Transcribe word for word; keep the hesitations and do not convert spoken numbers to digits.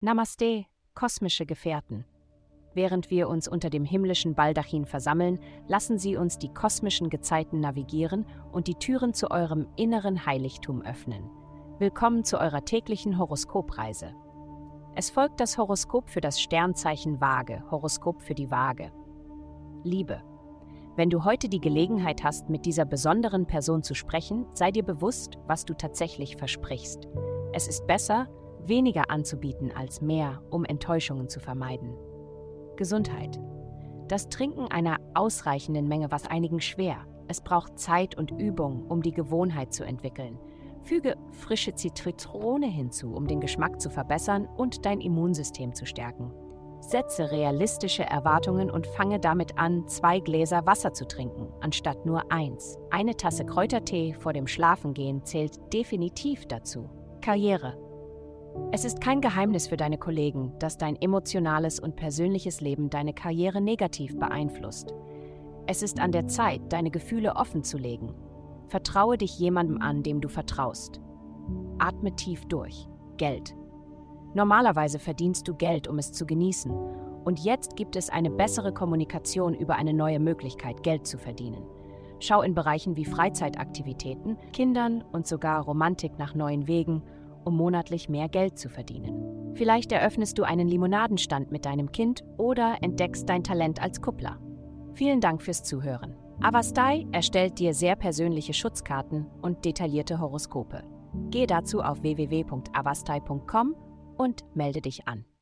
Namaste, kosmische Gefährten. Während wir uns unter dem himmlischen Baldachin versammeln, lassen Sie uns die kosmischen Gezeiten navigieren und die Türen zu eurem inneren Heiligtum öffnen. Willkommen zu eurer täglichen Horoskopreise. Es folgt das Horoskop für das Sternzeichen Waage, Horoskop für die Waage. Liebe. Wenn du heute die Gelegenheit hast, mit dieser besonderen Person zu sprechen, sei dir bewusst, was du tatsächlich versprichst. Es ist besser, weniger anzubieten als mehr, um Enttäuschungen zu vermeiden. Gesundheit. Das Trinken einer ausreichenden Menge war einigen schwer. Es braucht Zeit und Übung, um die Gewohnheit zu entwickeln. Füge frische Zitrone hinzu, um den Geschmack zu verbessern und dein Immunsystem zu stärken. Setze realistische Erwartungen und fange damit an, zwei Gläser Wasser zu trinken, anstatt nur eins. Eine Tasse Kräutertee vor dem Schlafengehen zählt definitiv dazu. Karriere. Es ist kein Geheimnis für deine Kollegen, dass dein emotionales und persönliches Leben deine Karriere negativ beeinflusst. Es ist an der Zeit, deine Gefühle offen zu legen. Vertraue dich jemandem an, dem du vertraust. Atme tief durch. Geld. Normalerweise verdienst du Geld, um es zu genießen. Und jetzt gibt es eine bessere Kommunikation über eine neue Möglichkeit, Geld zu verdienen. Schau in Bereichen wie Freizeitaktivitäten, Kindern und sogar Romantik nach neuen Wegen, um monatlich mehr Geld zu verdienen. Vielleicht eröffnest du einen Limonadenstand mit deinem Kind oder entdeckst dein Talent als Kuppler. Vielen Dank fürs Zuhören. Avastai erstellt dir sehr persönliche Schutzkarten und detaillierte Horoskope. Gehe dazu auf w w w punkt avastai punkt com und melde dich an.